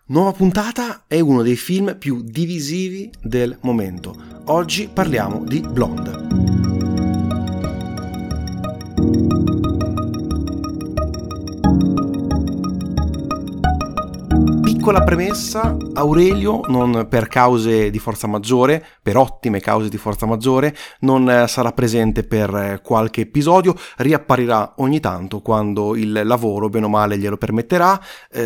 Nuova puntata è uno dei film più divisivi del momento. Oggi parliamo di Blonde. Piccola premessa: Aurelio, non per cause di forza maggiore, per ottime cause di forza maggiore, non sarà presente per qualche episodio, riapparirà ogni tanto quando il lavoro, bene o male, glielo permetterà.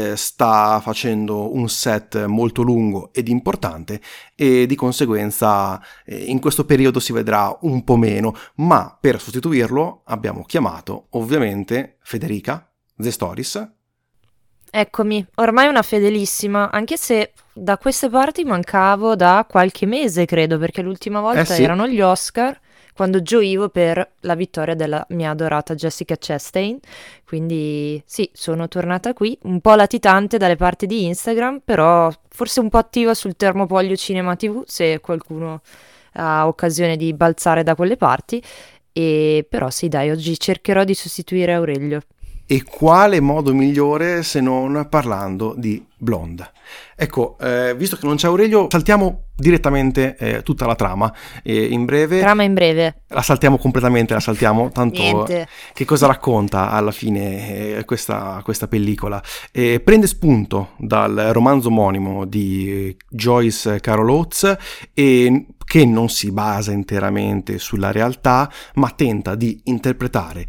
Sta facendo un set molto lungo ed importante e di conseguenza in questo periodo si vedrà un po' meno, ma per sostituirlo abbiamo chiamato ovviamente Federica, The Stories. Eccomi, ormai una fedelissima, anche se da queste parti mancavo da qualche mese, credo, perché l'ultima volta Sì. erano gli Oscar, quando gioivo per la vittoria della mia adorata Jessica Chastain, quindi sì, sono tornata qui, un po' latitante dalle parti di Instagram, però forse un po' attiva sul Termopolio Cinema TV, se qualcuno ha occasione di balzare da quelle parti, e però sì dai, oggi cercherò di sostituire Aurelio. E quale modo migliore se non parlando di Blonde? Ecco, visto che non c'è Aurelio, saltiamo direttamente tutta la trama. In breve. Trama in breve. La saltiamo completamente, la saltiamo, tanto Niente. Che cosa racconta alla fine questa pellicola? Prende spunto dal romanzo omonimo di Joyce Carol Oates e che non si basa interamente sulla realtà, ma tenta di interpretare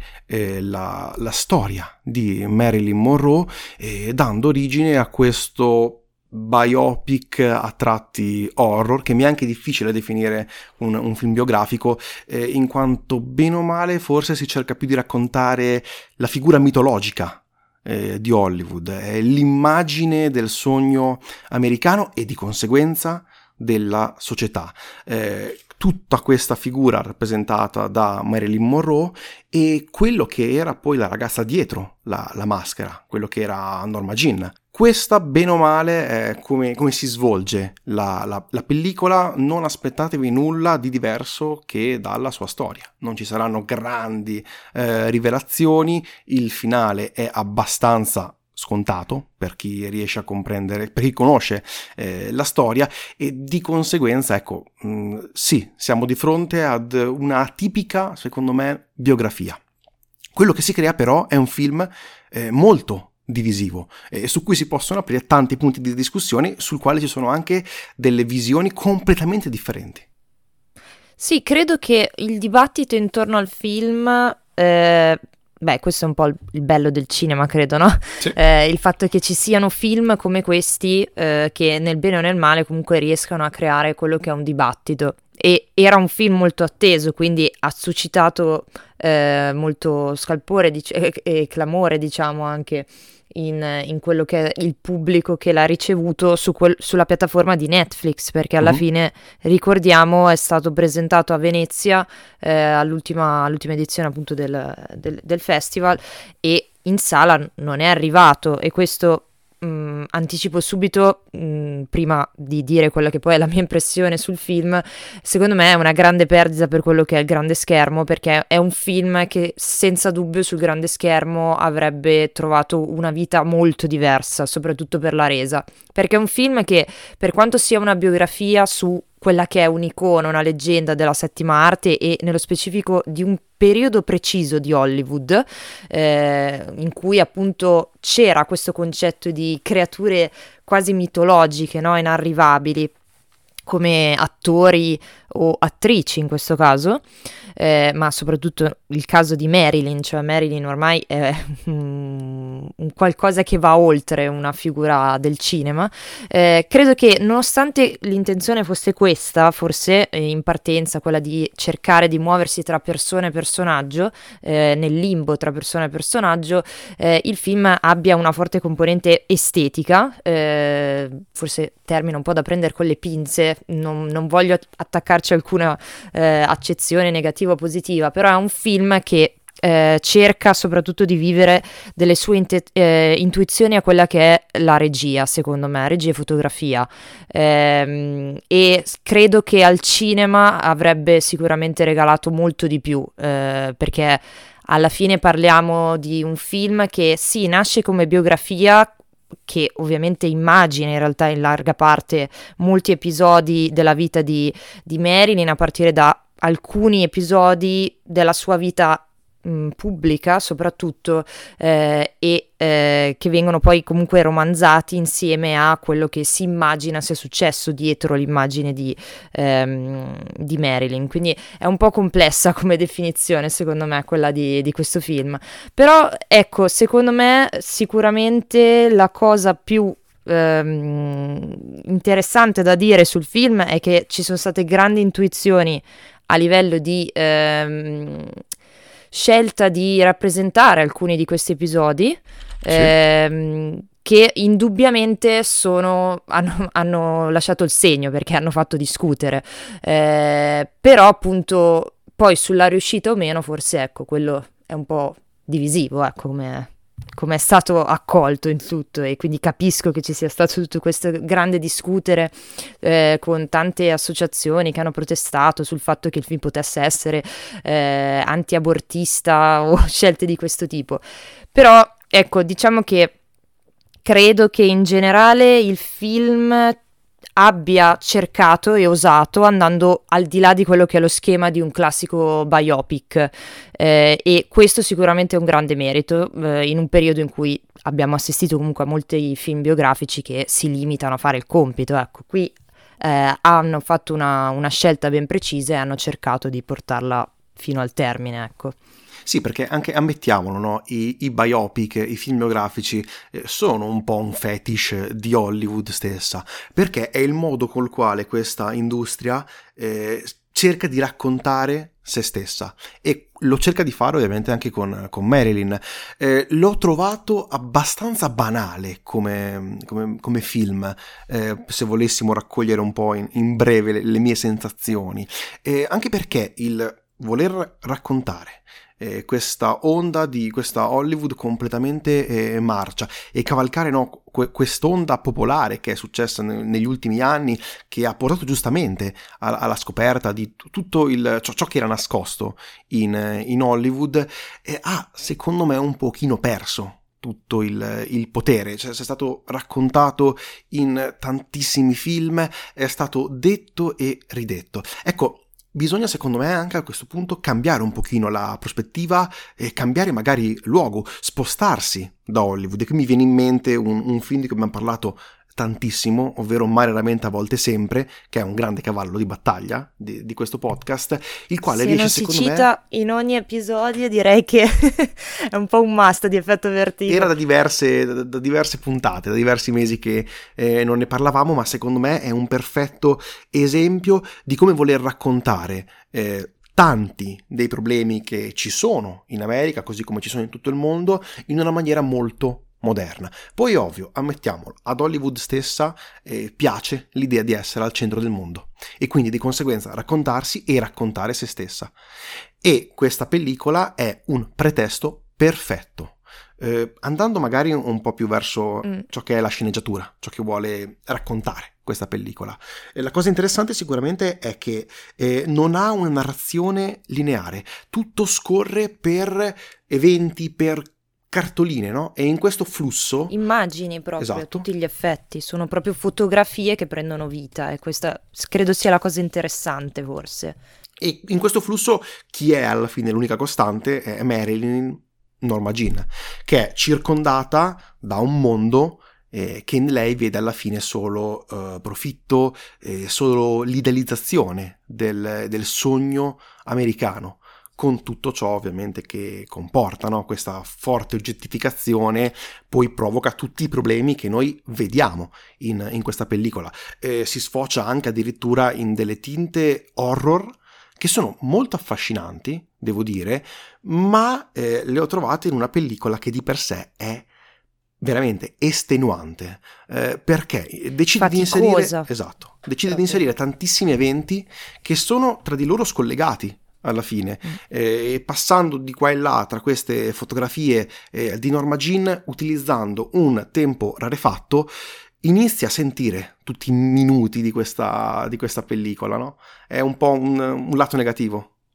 la storia di Marilyn Monroe, dando origine a questo biopic a tratti horror, che mi è anche difficile definire un film biografico, in quanto bene o male forse si cerca più di raccontare la figura mitologica di Hollywood, l'immagine del sogno americano e di conseguenza della società. Tutta questa figura rappresentata da Marilyn Monroe e quello che era poi la ragazza dietro la maschera, quello che era Norma Jean. Questa, bene o male, è come si svolge la pellicola. Non aspettatevi nulla di diverso che dalla sua storia. Non ci saranno grandi rivelazioni, il finale è abbastanza scontato per chi riesce a comprendere, per chi conosce la storia, e di conseguenza, ecco, sì, siamo di fronte ad una tipica, secondo me, biografia. Quello che si crea però è un film molto divisivo, su cui si possono aprire tanti punti di discussione, sul quale ci sono anche delle visioni completamente differenti. Sì, credo che il dibattito intorno al film, questo è un po' il bello del cinema, credo, no? Sì. Il fatto che ci siano film come questi che nel bene o nel male comunque riescano a creare quello che è un dibattito. E era un film molto atteso, quindi ha suscitato molto scalpore e clamore, diciamo, anche in quello che è il pubblico che l'ha ricevuto sulla piattaforma di Netflix, perché alla fine, ricordiamo, è stato presentato a Venezia all'ultima edizione appunto del festival, e in sala non è arrivato, e questo anticipo subito, prima di dire quella che poi è la mia impressione sul film. Secondo me è una grande perdita per quello che è il grande schermo, perché è un film che senza dubbio sul grande schermo avrebbe trovato una vita molto diversa, soprattutto per la resa, perché è un film che, per quanto sia una biografia su quella che è un'icona, una leggenda della settima arte e nello specifico di un periodo preciso di Hollywood, in cui appunto c'era questo concetto di creature quasi mitologiche, no? Inarrivabili, come attori o attrici in questo caso, ma soprattutto il caso di Marilyn, cioè Marilyn ormai è un qualcosa che va oltre una figura del cinema. Credo che nonostante l'intenzione fosse questa, forse in partenza, quella di cercare di muoversi tra persona e personaggio, nel limbo tra persona e personaggio, il film abbia una forte componente estetica, forse termina un po' da prendere con le pinze, non voglio attaccarci alcuna accezione negativa o positiva, però è un film che cerca soprattutto di vivere delle sue intuizioni a quella che è la regia, secondo me, regia e fotografia, e credo che al cinema avrebbe sicuramente regalato molto di più, perché alla fine parliamo di un film che sì, nasce come biografia, che ovviamente immagina in realtà in larga parte molti episodi della vita di Marilyn, a partire da alcuni episodi della sua vita pubblica soprattutto, che vengono poi comunque romanzati insieme a quello che si immagina sia successo dietro l'immagine di Marilyn. Quindi è un po' complessa come definizione, secondo me, quella di questo film. Però ecco, secondo me sicuramente la cosa più interessante da dire sul film è che ci sono state grandi intuizioni a livello di scelta di rappresentare alcuni di questi episodi, che indubbiamente hanno lasciato il segno, perché hanno fatto discutere, però appunto poi sulla riuscita o meno forse, ecco, quello è un po' divisivo, ecco, come è stato accolto in tutto, e quindi capisco che ci sia stato tutto questo grande discutere, con tante associazioni che hanno protestato sul fatto che il film potesse essere anti-abortista o scelte di questo tipo. Però ecco, diciamo che credo che in generale il film abbia cercato e osato, andando al di là di quello che è lo schema di un classico biopic, e questo sicuramente è un grande merito, in un periodo in cui abbiamo assistito comunque a molti film biografici che si limitano a fare il compito. Ecco, qui hanno fatto una scelta ben precisa e hanno cercato di portarla fino al termine, ecco. Sì, perché anche, ammettiamolo, no? I biopic, i film biografici sono un po' un fetish di Hollywood stessa, perché è il modo col quale questa industria cerca di raccontare se stessa, e lo cerca di fare ovviamente anche con Marilyn. L'ho trovato abbastanza banale come film, se volessimo raccogliere un po' in breve le mie sensazioni, anche perché il voler raccontare questa onda di questa Hollywood completamente marcia, e cavalcare, no, quest'onda popolare che è successa negli ultimi anni, che ha portato giustamente alla scoperta di tutto ciò che era nascosto in Hollywood, ha secondo me un pochino perso tutto il potere. Cioè, è stato raccontato in tantissimi film, è stato detto e ridetto. Ecco, bisogna secondo me anche a questo punto cambiare un pochino la prospettiva e cambiare magari luogo, spostarsi da Hollywood. E qui mi viene in mente un film di cui abbiamo parlato tantissimo, ovvero Mai raramente a volte sempre, che è un grande cavallo di battaglia di questo podcast, il quale riesce secondo me... Se non si cita in ogni episodio, direi che è un po' un must di Effetto Vertigo. Era da diverse puntate, da diversi mesi che non ne parlavamo, ma secondo me è un perfetto esempio di come voler raccontare tanti dei problemi che ci sono in America, così come ci sono in tutto il mondo, in una maniera molto moderna. Poi ovvio, ammettiamolo, ad Hollywood stessa piace l'idea di essere al centro del mondo, e quindi di conseguenza raccontarsi e raccontare se stessa, e questa pellicola è un pretesto perfetto. Andando magari un po' più verso ciò che è la sceneggiatura, ciò che vuole raccontare questa pellicola, la cosa interessante sicuramente è che non ha una narrazione lineare, tutto scorre per eventi, per cartoline, no? E in questo flusso... Immagini proprio, esatto, tutti gli effetti, sono proprio fotografie che prendono vita, e questa credo sia la cosa interessante forse. E in questo flusso chi è alla fine l'unica costante è Marilyn Norma Jean, che è circondata da un mondo che in lei vede alla fine solo profitto, solo l'idealizzazione del sogno americano, con tutto ciò ovviamente che comporta, no? Questa forte oggettificazione poi provoca tutti i problemi che noi vediamo in questa pellicola. Si sfocia anche addirittura in delle tinte horror che sono molto affascinanti, devo dire, ma le ho trovate in una pellicola che di per sé è veramente estenuante, perché decide di inserire tantissimi eventi che sono tra di loro scollegati alla fine, e passando di qua e là tra queste fotografie di Norma Jean, utilizzando un tempo rarefatto, inizi a sentire tutti i minuti di questa pellicola, no? È un po' un lato negativo.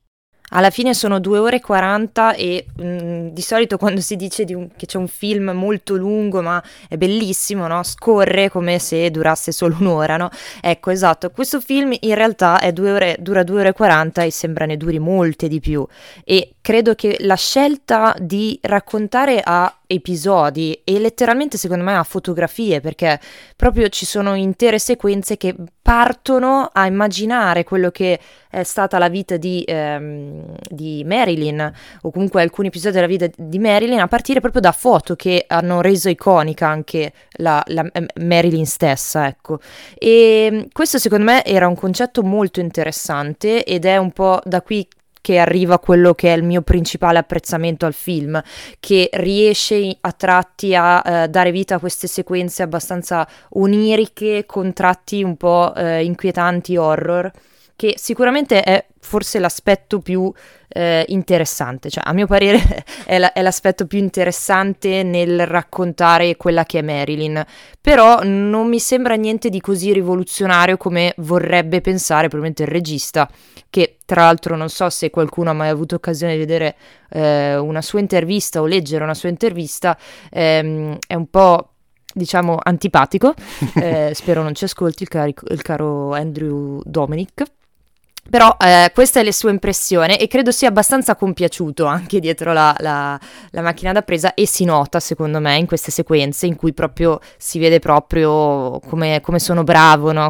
Alla fine sono 2 ore e 40 e di solito quando si dice che c'è un film molto lungo ma è bellissimo, no? Scorre come se durasse solo un'ora, no? Ecco, esatto, questo film in realtà dura 2 ore e 40 e sembra ne duri molte di più, e credo che la scelta di raccontare a episodi e letteralmente secondo me a fotografie, perché proprio ci sono intere sequenze che partono a immaginare quello che è stata la vita di Marilyn, o comunque alcuni episodi della vita di Marilyn, a partire proprio da foto che hanno reso iconica anche la Marilyn stessa, ecco. E questo secondo me era un concetto molto interessante, ed è un po' da qui che arriva quello che è il mio principale apprezzamento al film, che riesce a tratti a dare vita a queste sequenze abbastanza oniriche con tratti un po' inquietanti, horror, che sicuramente è forse l'aspetto più interessante, cioè a mio parere è l'aspetto più interessante nel raccontare quella che è Marilyn, però non mi sembra niente di così rivoluzionario come vorrebbe pensare probabilmente il regista, che tra l'altro non so se qualcuno ha mai avuto occasione di vedere una sua intervista o leggere una sua intervista, è un po', diciamo, antipatico, spero non ci ascolti il caro Andrew Dominic. Però questa è la sua impressione e credo sia abbastanza compiaciuto anche dietro la macchina da presa, e si nota secondo me in queste sequenze in cui proprio si vede proprio come sono bravo, no?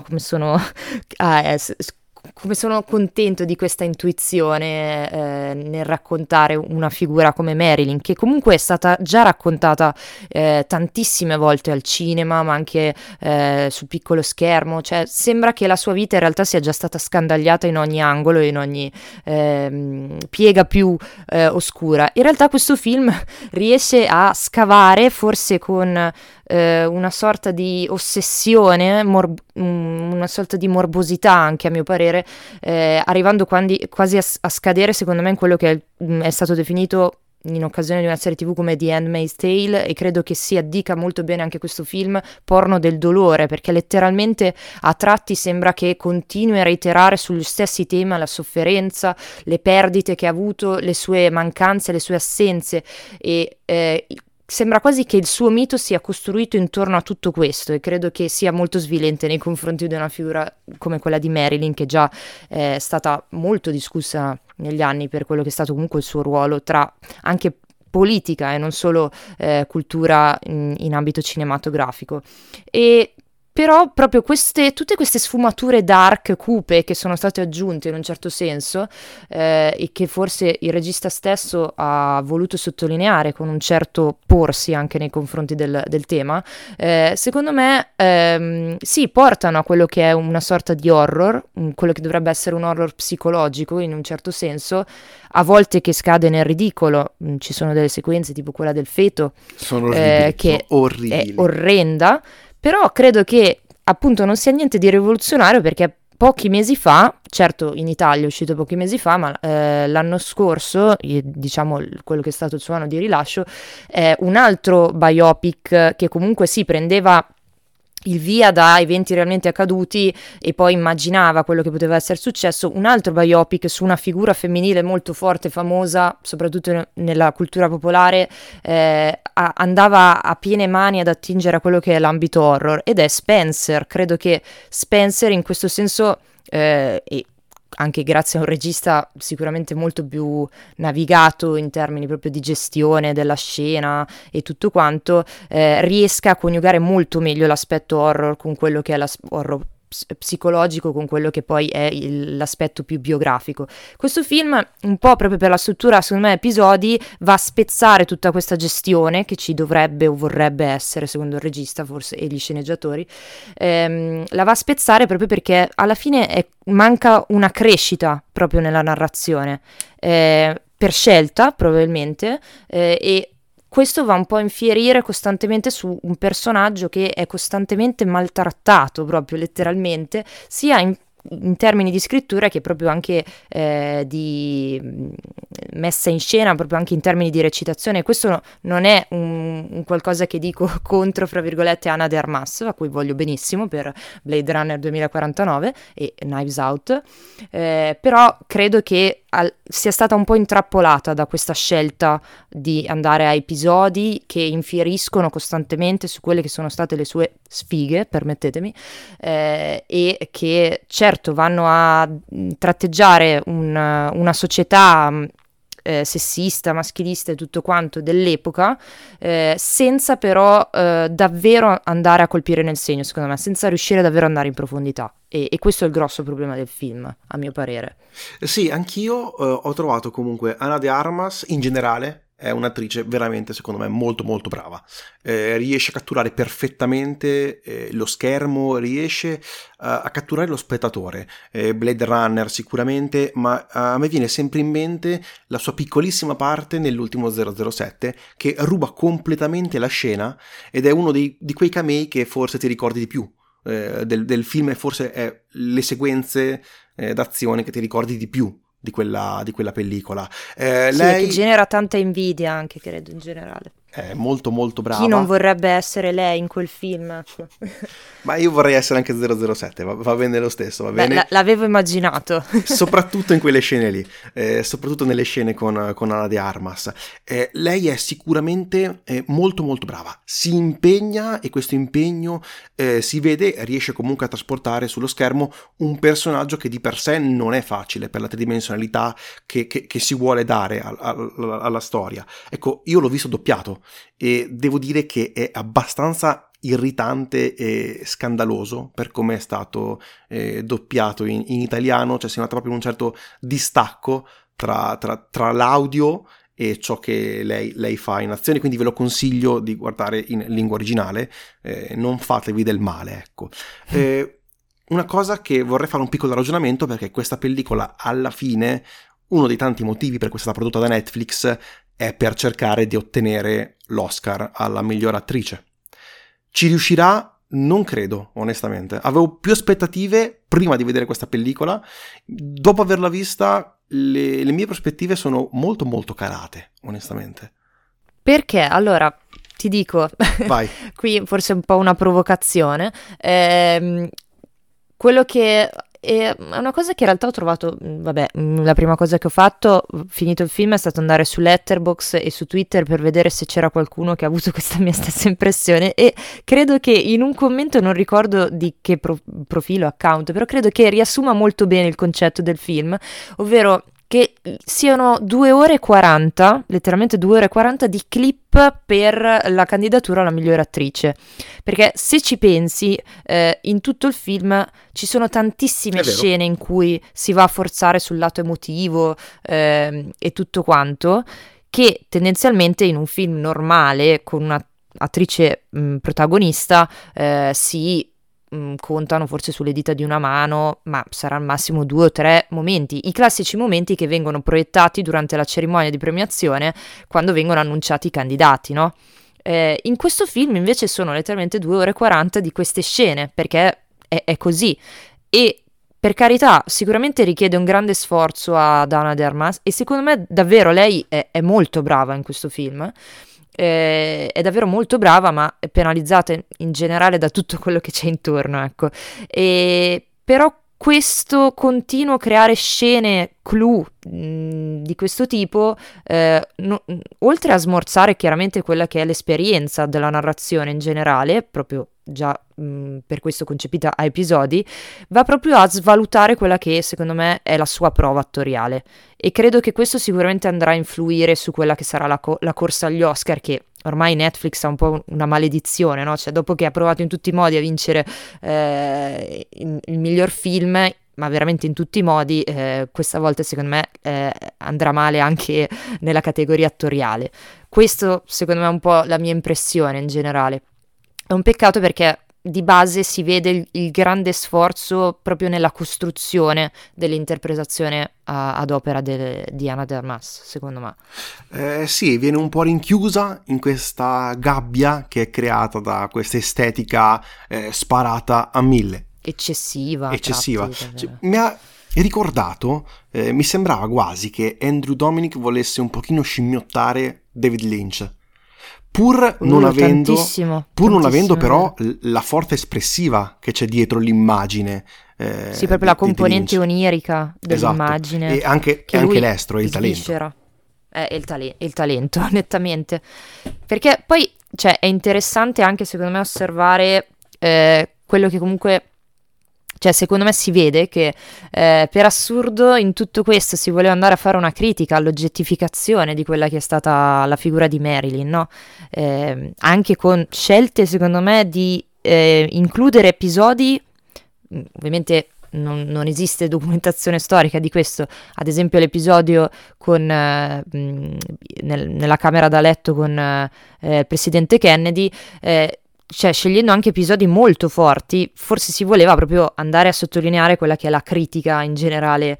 Come sono contento di questa intuizione nel raccontare una figura come Marilyn, che comunque è stata già raccontata tantissime volte al cinema, ma anche sul piccolo schermo, cioè sembra che la sua vita in realtà sia già stata scandagliata in ogni angolo e in ogni piega più oscura. In realtà questo film riesce a scavare, forse con una sorta di ossessione, una sorta di morbosità anche a mio parere, arrivando quasi a scadere secondo me in quello che è stato definito in occasione di una serie TV come The Handmaid's Tale, e credo che si addica molto bene anche questo film porno del dolore, perché letteralmente a tratti sembra che continui a reiterare sugli stessi temi la sofferenza, le perdite che ha avuto, le sue mancanze, le sue assenze, e sembra quasi che il suo mito sia costruito intorno a tutto questo, e credo che sia molto svilente nei confronti di una figura come quella di Marilyn, che già è stata molto discussa negli anni per quello che è stato comunque il suo ruolo tra anche politica e non solo cultura in ambito cinematografico. E però proprio tutte queste sfumature dark, cupe, che sono state aggiunte in un certo senso, e che forse il regista stesso ha voluto sottolineare con un certo porsi anche nei confronti del tema, secondo me sì, portano a quello che è una sorta di horror, quello che dovrebbe essere un horror psicologico in un certo senso, a volte che scade nel ridicolo. Ci sono delle sequenze tipo quella del feto, sono orribili, che sono orribili. è orrenda. Però credo che appunto non sia niente di rivoluzionario, perché pochi mesi fa, certo in Italia è uscito pochi mesi fa, ma l'anno scorso, diciamo quello che è stato il suo anno di rilascio, un altro biopic che comunque si prendeva il via da eventi realmente accaduti e poi immaginava quello che poteva essere successo, un altro biopic su una figura femminile molto forte, famosa, soprattutto nella cultura popolare, andava a piene mani ad attingere a quello che è l'ambito horror, ed è Spencer. Credo che Spencer in questo senso, e anche grazie a un regista sicuramente molto più navigato in termini proprio di gestione della scena e tutto quanto, riesca a coniugare molto meglio l'aspetto horror con quello che è l'horror psicologico, con quello che poi è l'aspetto più biografico. Questo film, un po' proprio per la struttura, secondo me, episodi, va a spezzare tutta questa gestione che ci dovrebbe o vorrebbe essere, secondo il regista forse e gli sceneggiatori, la va a spezzare proprio perché alla fine manca una crescita proprio nella narrazione, per scelta probabilmente, e questo va un po' a infierire costantemente su un personaggio che è costantemente maltrattato, proprio letteralmente, sia in termini di scrittura che proprio anche di messa in scena, proprio anche in termini di recitazione. Questo non è un qualcosa che dico contro, fra virgolette, Ana de Armas, a cui voglio benissimo per Blade Runner 2049 e Knives Out, però credo che sia stata un po' intrappolata da questa scelta di andare a episodi che infieriscono costantemente su quelle che sono state le sue sfighe, permettetemi, e che certo vanno a tratteggiare una società sessista, maschilista e tutto quanto dell'epoca, senza però davvero andare a colpire nel segno, secondo me, senza riuscire davvero ad andare in profondità. E questo è il grosso problema del film, a mio parere. Sì, anch'io ho trovato comunque Ana de Armas in generale è un'attrice veramente, secondo me, molto molto brava. Riesce a catturare perfettamente lo schermo, riesce a catturare lo spettatore. Blade Runner sicuramente, ma a me viene sempre in mente la sua piccolissima parte nell'ultimo 007 che ruba completamente la scena ed è uno di quei camei che forse ti ricordi di più del film, e forse è le sequenze d'azione che ti ricordi di più di quella pellicola. Sì, lei che genera tanta invidia anche, credo, in generale. È molto molto brava. Chi non vorrebbe essere lei in quel film? Ma io vorrei essere anche 007, va bene lo stesso, va bene? L'avevo immaginato. Soprattutto in quelle scene lì, soprattutto nelle scene con Ana de Armas. Lei è sicuramente molto molto brava, si impegna e questo impegno si vede, riesce comunque a trasportare sullo schermo un personaggio che di per sé non è facile per la tridimensionalità che si vuole dare alla storia. Ecco, io l'ho visto doppiato e devo dire che è abbastanza irritante e scandaloso per come è stato doppiato in italiano, cioè si nota proprio un certo distacco tra l'audio e ciò che lei fa in azione, quindi ve lo consiglio di guardare in lingua originale, non fatevi del male, ecco. Una cosa che vorrei fare un piccolo ragionamento, perché questa pellicola alla fine, uno dei tanti motivi per cui è stata prodotta da Netflix è per cercare di ottenere l'Oscar alla miglior attrice. Ci riuscirà? Non credo, onestamente. Avevo più aspettative prima di vedere questa pellicola. Dopo averla vista, le mie prospettive sono molto molto calate, onestamente. Perché? Allora, ti dico, vai. Qui forse è un po' una provocazione. Quello che è una cosa che in realtà ho trovato, la prima cosa che ho fatto, finito il film, è stato andare su Letterboxd e su Twitter per vedere se c'era qualcuno che ha avuto questa mia stessa impressione, e credo che in un commento, non ricordo di che profilo, account, però credo che riassuma molto bene il concetto del film, ovvero che siano 2 ore e 40, letteralmente 2 ore e 40 di clip per la candidatura alla migliore attrice, perché se ci pensi in tutto il film ci sono tantissime scene in cui si va a forzare sul lato emotivo e tutto quanto, che tendenzialmente in un film normale con un'attrice protagonista si contano forse sulle dita di una mano, ma sarà al massimo 2 o 3 momenti, i classici momenti che vengono proiettati durante la cerimonia di premiazione quando vengono annunciati i candidati, no? In questo film invece sono letteralmente 2 ore e 40 di queste scene, perché è così, e per carità sicuramente richiede un grande sforzo ad Ana de Armas, e secondo me davvero lei è molto brava in questo film. È davvero molto brava, ma è penalizzata in generale da tutto quello che c'è intorno, ecco. Però questo continuo creare scene clou di questo tipo, oltre a smorzare chiaramente quella che è l'esperienza della narrazione in generale, proprio già per questo concepita a episodi, va proprio a svalutare quella che secondo me è la sua prova attoriale, e credo che questo sicuramente andrà a influire su quella che sarà la corsa agli Oscar, che ormai Netflix ha un po' una maledizione, no? Cioè, dopo che ha provato in tutti i modi a vincere il miglior film, ma veramente in tutti i modi, questa volta secondo me andrà male anche nella categoria attoriale. Questo secondo me è un po' la mia impressione in generale. È un peccato perché di base si vede il grande sforzo proprio nella costruzione dell'interpretazione ad opera di Ana de Armas, secondo me. Sì, viene un po' rinchiusa in questa gabbia che è creata da questa estetica sparata a 1000. eccessiva. Eccessiva. Tratti, mi ha ricordato, mi sembrava quasi che Andrew Dominik volesse un pochino scimmiottare David Lynch. Pur non avendo però la forza espressiva che c'è dietro l'immagine. Sì, proprio la componente onirica dell'immagine. Esatto. E anche l'estro, il talento. Il talento, nettamente. Perché poi, cioè, è interessante anche secondo me osservare quello che comunque... Cioè, secondo me si vede che per assurdo in tutto questo si voleva andare a fare una critica all'oggettificazione di quella che è stata la figura di Marilyn, no? Anche con scelte, secondo me, di includere episodi, ovviamente non esiste documentazione storica di questo, ad esempio l'episodio con nella camera da letto con il presidente Kennedy, cioè scegliendo anche episodi molto forti, forse si voleva proprio andare a sottolineare quella che è la critica in generale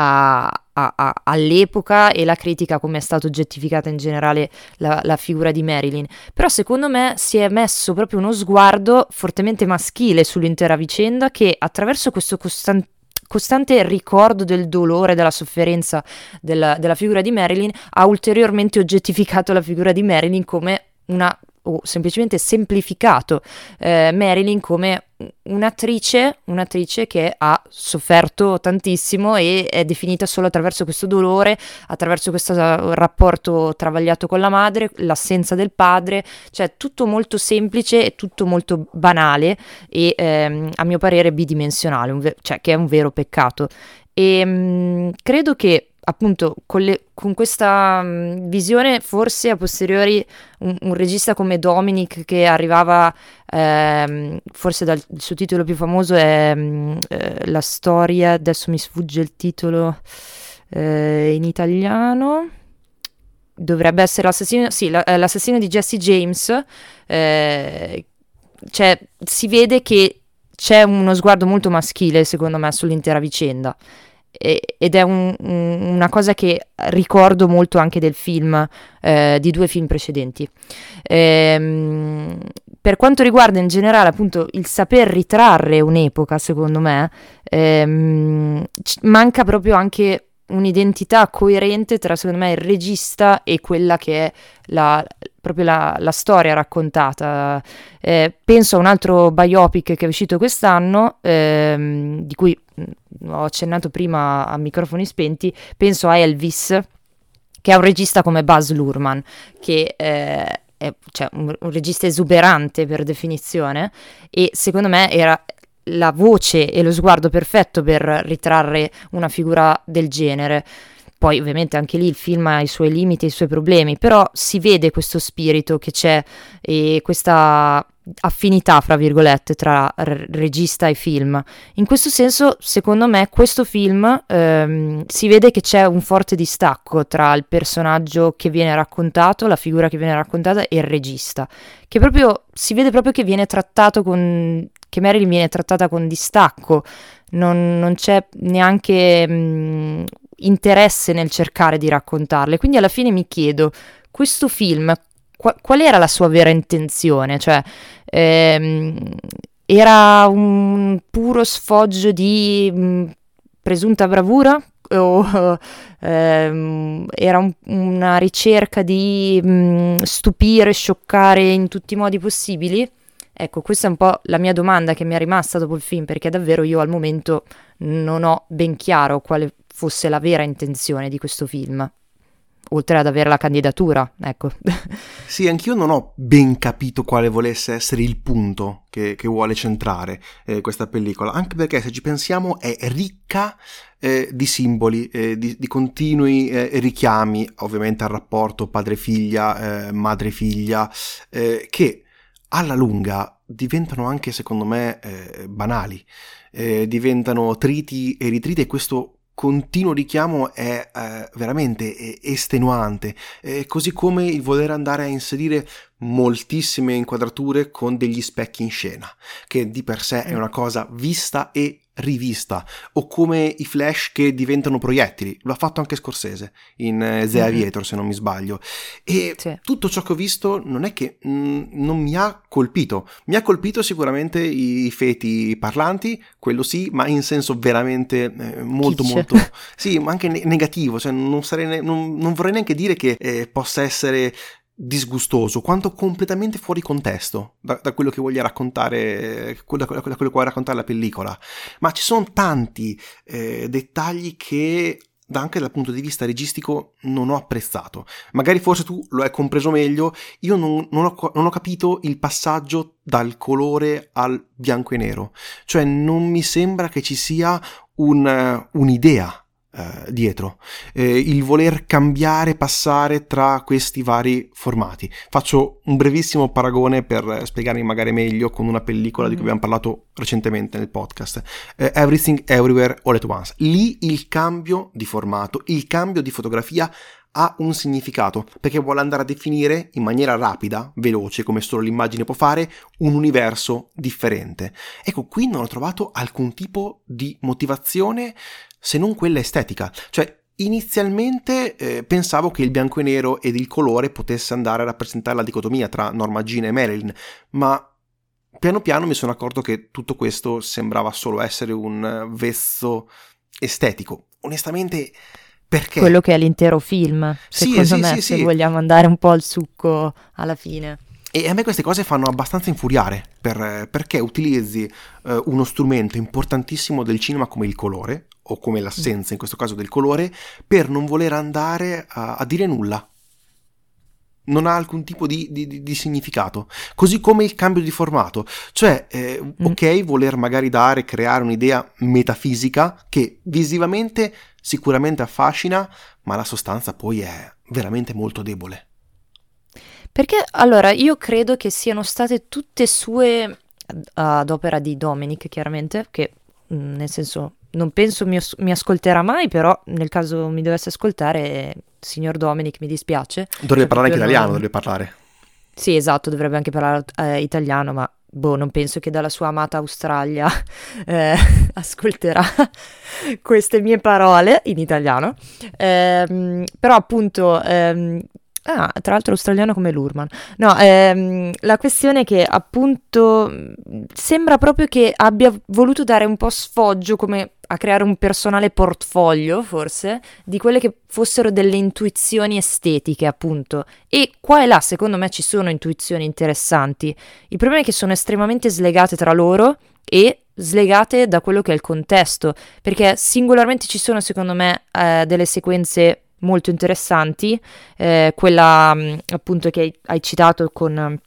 all'epoca e la critica come è stata oggettificata in generale la figura di Marilyn. Però secondo me si è messo proprio uno sguardo fortemente maschile sull'intera vicenda, che attraverso questo costante ricordo del dolore, della sofferenza della figura di Marilyn ha ulteriormente oggettificato la figura di Marilyn come o semplicemente semplificato Marilyn come un'attrice che ha sofferto tantissimo e è definita solo attraverso questo dolore, attraverso questo rapporto travagliato con la madre, l'assenza del padre, cioè tutto molto semplice e tutto molto banale e a mio parere bidimensionale, cioè che è un vero peccato. E credo che appunto con questa visione forse a posteriori un regista come Dominik, che arrivava forse il suo titolo più famoso è la storia, adesso mi sfugge il titolo in italiano, dovrebbe essere l'assassino di Jesse James, cioè si vede che c'è uno sguardo molto maschile secondo me sull'intera vicenda. Ed è una cosa che ricordo molto anche del film, di 2 film precedenti. Per quanto riguarda in generale appunto il saper ritrarre un'epoca, secondo me manca proprio anche un'identità coerente tra, secondo me, il regista e quella che è proprio la storia raccontata. Penso a un altro biopic che è uscito quest'anno, di cui ho accennato prima a microfoni spenti, penso a Elvis, che è un regista come Baz Luhrmann, che è cioè, un regista esuberante per definizione, e secondo me era la voce e lo sguardo perfetto per ritrarre una figura del genere. Poi ovviamente anche lì il film ha i suoi limiti e i suoi problemi, però si vede questo spirito che c'è e questa affinità, fra virgolette, tra regista e film. In questo senso, secondo me, questo film si vede che c'è un forte distacco tra il personaggio che viene raccontato, la figura che viene raccontata, e il regista, che proprio si vede proprio che viene trattato che Marilyn viene trattata con distacco, non c'è neanche interesse nel cercare di raccontarle. Quindi alla fine mi chiedo, questo film qual era la sua vera intenzione? Cioè era un puro sfoggio di presunta bravura o era una ricerca di stupire, scioccare in tutti i modi possibili? Ecco, questa è un po' la mia domanda che mi è rimasta dopo il film, perché davvero io al momento non ho ben chiaro quale fosse la vera intenzione di questo film, oltre ad avere la candidatura, ecco. Sì, anch'io non ho ben capito quale volesse essere il punto che vuole centrare questa pellicola, anche perché se ci pensiamo è ricca di simboli, di continui richiami ovviamente al rapporto padre-figlia, madre-figlia, che alla lunga diventano anche, secondo me, banali, diventano triti e ritriti, e questo continuo richiamo è veramente estenuante, così come il voler andare a inserire moltissime inquadrature con degli specchi in scena, che di per sé è una cosa vista e rivista, o come i flash che diventano proiettili. Lo ha fatto anche Scorsese in The Aviator, se non mi sbaglio, e Sì. tutto ciò che ho visto non è che non mi ha colpito. Mi ha colpito sicuramente i feti parlanti, quello sì, ma in senso veramente molto Kitsch. molto sì, ma anche negativo, cioè non vorrei neanche dire che possa essere disgustoso, quanto completamente fuori contesto da quello che voglia raccontare, da quello che vuole raccontare la pellicola. Ma ci sono tanti dettagli che anche dal punto di vista registico non ho apprezzato. Magari forse tu lo hai compreso meglio, io non ho capito il passaggio dal colore al bianco e nero, cioè non mi sembra che ci sia un'idea dietro, il voler cambiare, passare tra questi vari formati. Faccio un brevissimo paragone per spiegarmi magari meglio con una pellicola di cui abbiamo parlato recentemente nel podcast, Everything Everywhere All at Once. Lì il cambio di formato, il cambio di fotografia ha un significato, perché vuole andare a definire in maniera rapida, veloce, come solo l'immagine può fare, un universo differente. Ecco, qui non ho trovato alcun tipo di motivazione se non quella estetica. Cioè, inizialmente pensavo che il bianco e nero ed il colore potesse andare a rappresentare la dicotomia tra Norma Jean e Marilyn, ma piano piano mi sono accorto che tutto questo sembrava solo essere un vezzo estetico. Onestamente, perché? Quello che è l'intero film, Sì, secondo me, se vogliamo andare un po' al succo alla fine. E a me queste cose fanno abbastanza infuriare, perché utilizzi uno strumento importantissimo del cinema come il colore, o come l'assenza in questo caso del colore, per non voler andare a dire nulla. Non ha alcun tipo di significato. Così come il cambio di formato. Cioè, ok, voler magari creare un'idea metafisica che visivamente sicuramente affascina, ma la sostanza poi è veramente molto debole. Perché, allora, io credo che siano state tutte sue ad opera di Dominic, chiaramente, che nel senso non penso mi ascolterà mai, però nel caso mi dovesse ascoltare, signor Dominic, mi dispiace. Dovrebbe parlare anche italiano, non... dovrebbe parlare. Sì, esatto, dovrebbe anche parlare italiano, ma non penso che dalla sua amata Australia ascolterà queste mie parole in italiano. Però appunto... tra l'altro australiano come l'Urman. No, la questione è che appunto sembra proprio che abbia voluto dare un po' sfoggio, come a creare un personale portfolio, forse, di quelle che fossero delle intuizioni estetiche, appunto. E qua e là, secondo me, ci sono intuizioni interessanti. Il problema è che sono estremamente slegate tra loro e slegate da quello che è il contesto, perché singolarmente ci sono, secondo me, delle sequenze molto interessanti, quella appunto che hai citato con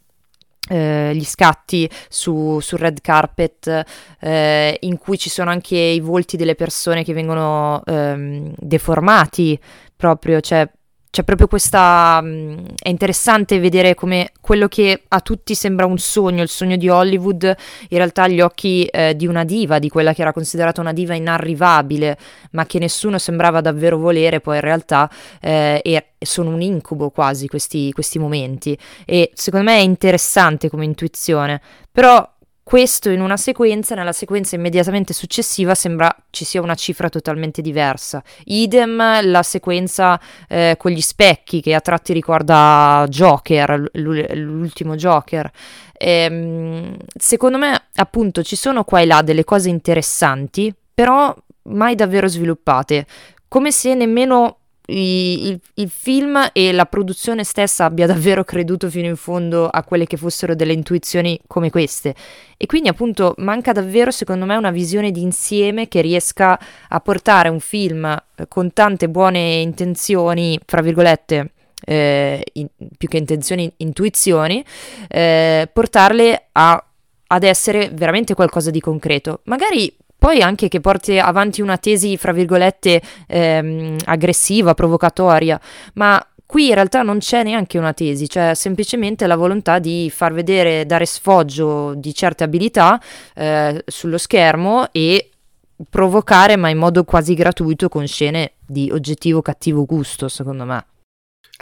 gli scatti sul red carpet, in cui ci sono anche i volti delle persone che vengono deformati proprio, cioè c'è proprio questa... è interessante vedere come quello che a tutti sembra un sogno, il sogno di Hollywood, in realtà agli occhi di una diva, di quella che era considerata una diva inarrivabile, ma che nessuno sembrava davvero volere, poi in realtà sono un incubo quasi questi momenti. E secondo me è interessante come intuizione, però... Questo in una sequenza, nella sequenza immediatamente successiva sembra ci sia una cifra totalmente diversa. Idem la sequenza con gli specchi, che a tratti ricorda Joker, l'ultimo Joker. Secondo me, appunto, ci sono qua e là delle cose interessanti, però mai davvero sviluppate. Come se nemmeno il film e la produzione stessa abbia davvero creduto fino in fondo a quelle che fossero delle intuizioni come queste, e quindi appunto manca davvero, secondo me, una visione d'insieme che riesca a portare un film con tante buone intenzioni, fra virgolette, più che intenzioni, intuizioni, portarle ad essere veramente qualcosa di concreto, magari poi anche che porti avanti una tesi, fra virgolette, aggressiva, provocatoria, ma qui in realtà non c'è neanche una tesi, c'è semplicemente la volontà di far vedere, dare sfoggio di certe abilità sullo schermo e provocare, ma in modo quasi gratuito, con scene di oggettivo cattivo gusto, secondo me. È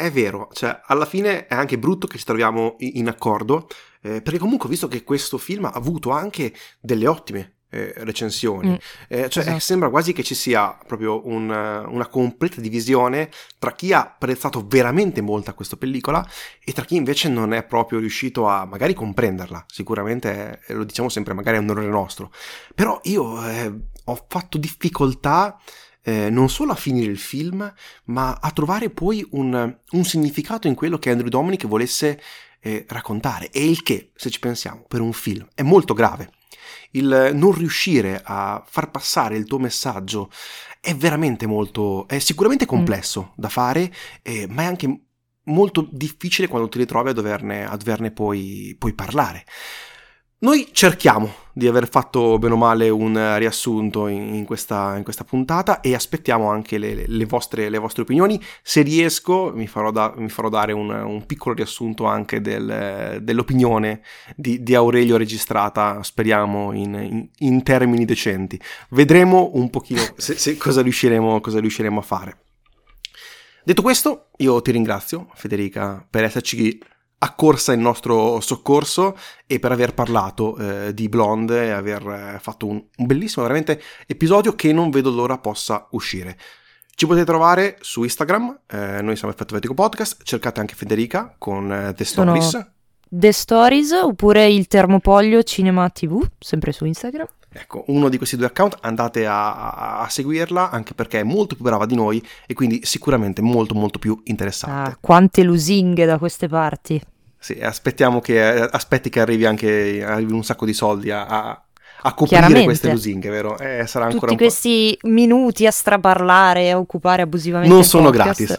è vero, cioè alla fine è anche brutto che ci troviamo in accordo, perché comunque ho visto che questo film ha avuto anche delle ottime recensioni, esatto. Sembra quasi che ci sia proprio una completa divisione tra chi ha apprezzato veramente molto questa pellicola e tra chi invece non è proprio riuscito a magari comprenderla. Sicuramente lo diciamo sempre, magari è un errore nostro, però io ho fatto difficoltà non solo a finire il film, ma a trovare poi un significato in quello che Andrew Dominik volesse raccontare, e il che, se ci pensiamo, per un film è molto grave. Il non riuscire a far passare il tuo messaggio è veramente è sicuramente complesso da fare, ma è anche molto difficile quando ti ritrovi a doverne poi parlare. Noi cerchiamo di aver fatto bene o male un riassunto in questa puntata, e aspettiamo anche le vostre opinioni. Se riesco mi farò dare un piccolo riassunto anche dell'opinione di Aurelio registrata, speriamo in termini decenti. Vedremo un pochino se cosa riusciremo a fare. Detto questo, io ti ringrazio, Federica, per esserci accorsa in nostro soccorso e per aver parlato di Blonde e aver fatto un bellissimo veramente episodio che non vedo l'ora possa uscire. Ci potete trovare su Instagram, noi siamo Effetto Vetico Podcast, cercate anche Federica con The Stories. The Stories, oppure il Termopolio Cinema TV, sempre su Instagram. Ecco, uno di questi due account andate a seguirla, anche perché è molto più brava di noi e quindi sicuramente molto molto più interessante. Quante lusinghe da queste parti. Sì, aspetti che arrivi un sacco di soldi a coprire queste lusinghe, vero? Sarà ancora tutti questi minuti a straparlare, a occupare abusivamente non sono gratis.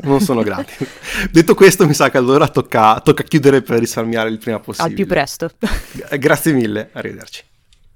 Detto questo, mi sa che allora tocca chiudere per risparmiare il prima possibile. Al più presto. Grazie mille, arrivederci.